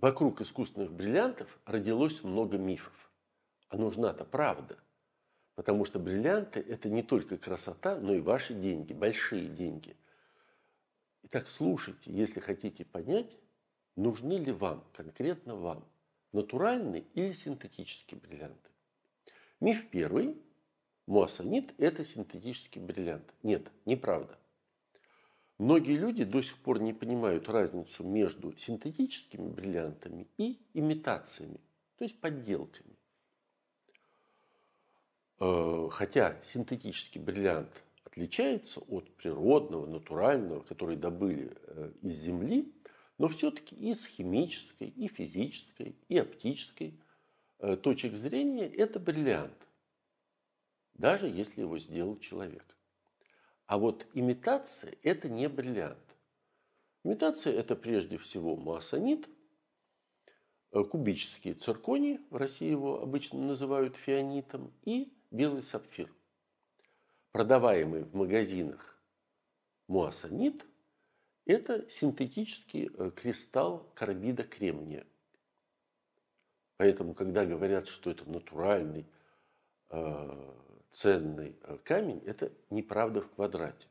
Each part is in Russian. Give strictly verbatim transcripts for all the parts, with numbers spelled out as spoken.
Вокруг искусственных бриллиантов родилось много мифов. А нужна-то правда. Потому что бриллианты – это не только красота, но и ваши деньги, большие деньги. Итак, слушайте, если хотите понять, нужны ли вам, конкретно вам, натуральные или синтетические бриллианты. Миф первый. Моассанит – это синтетический бриллиант. Нет, неправда. Многие люди до сих пор не понимают разницу между синтетическими бриллиантами и имитациями, то есть подделками. Хотя синтетический бриллиант отличается от природного, натурального, который добыли из земли, но все-таки и с химической, и физической, и оптической точек зрения это бриллиант, даже если его сделал человек. А вот имитация – это не бриллиант. Имитация – это прежде всего моассанит, кубический цирконий, в России его обычно называют фианитом, и белый сапфир. Продаваемый в магазинах моассанит – это синтетический кристалл карбида кремния. Поэтому, когда говорят, что это натуральный, ценный камень, это неправда в квадрате.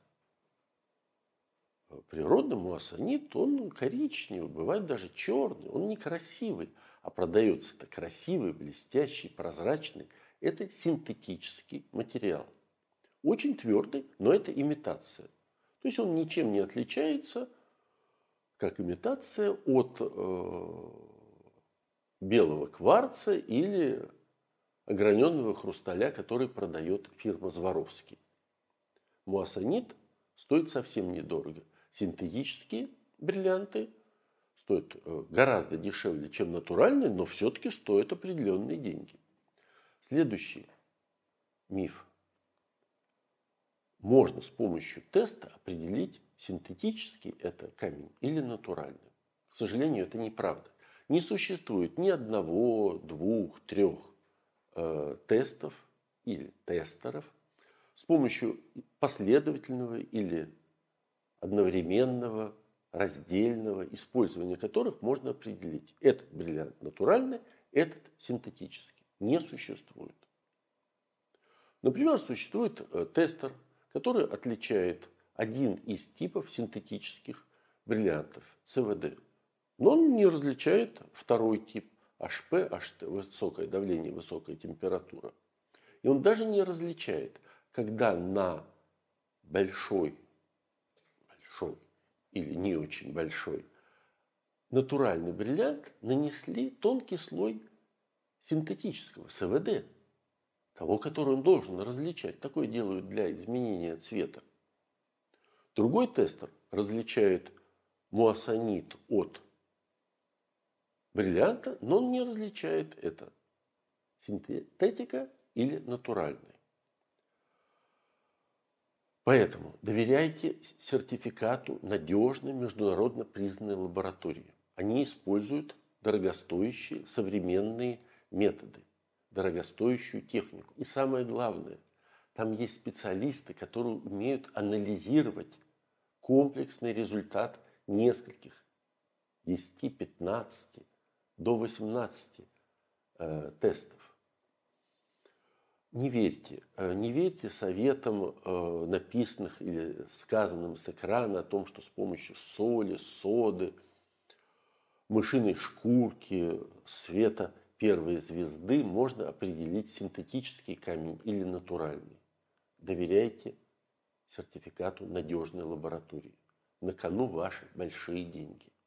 Природный моассанит, он коричневый, бывает даже черный, он некрасивый, а продается-то красивый, блестящий, прозрачный. Это синтетический материал. Очень твердый, но это имитация. То есть он ничем не отличается, как имитация, от э, белого кварца или ограненного хрусталя, который продает фирма Сваровский. Моассанит стоит совсем недорого. Синтетические бриллианты стоят гораздо дешевле, чем натуральные, но все-таки стоят определенные деньги. Следующий миф. Можно с помощью теста определить, синтетический это камень или натуральный. К сожалению, это неправда. Не существует ни одного, двух, трех э, тестов или тестеров, с помощью последовательного или одновременного, раздельного использования которых можно определить, этот бриллиант натуральный, этот синтетический. Не существует. Например, существует тестер, который отличает один из типов синтетических бриллиантов, си ви ди. Но он не различает второй тип, эйч пи, эйч ти, высокое давление, высокая температура. И он даже не различает, когда на большой, большой или не очень большой натуральный бриллиант нанесли тонкий слой синтетического си ви ди, того, который он должен различать. Такое делают для изменения цвета. Другой тестер различает моассанит от бриллианта, но он не различает это синтетика или натуральный. Поэтому доверяйте сертификату надежной международно признанной лаборатории. Они используют дорогостоящие современные методы, дорогостоящую технику. И самое главное, там есть специалисты, которые умеют анализировать комплексный результат нескольких, десяти, пятнадцати, до восемнадцати э, тестов. Не верьте, не верьте советам, э, написанных или сказанным с экрана о том, что с помощью соли, соды, мышиной шкурки, света первой звезды можно определить синтетический камень или натуральный. Доверяйте сертификату надежной лаборатории. На кону ваши большие деньги.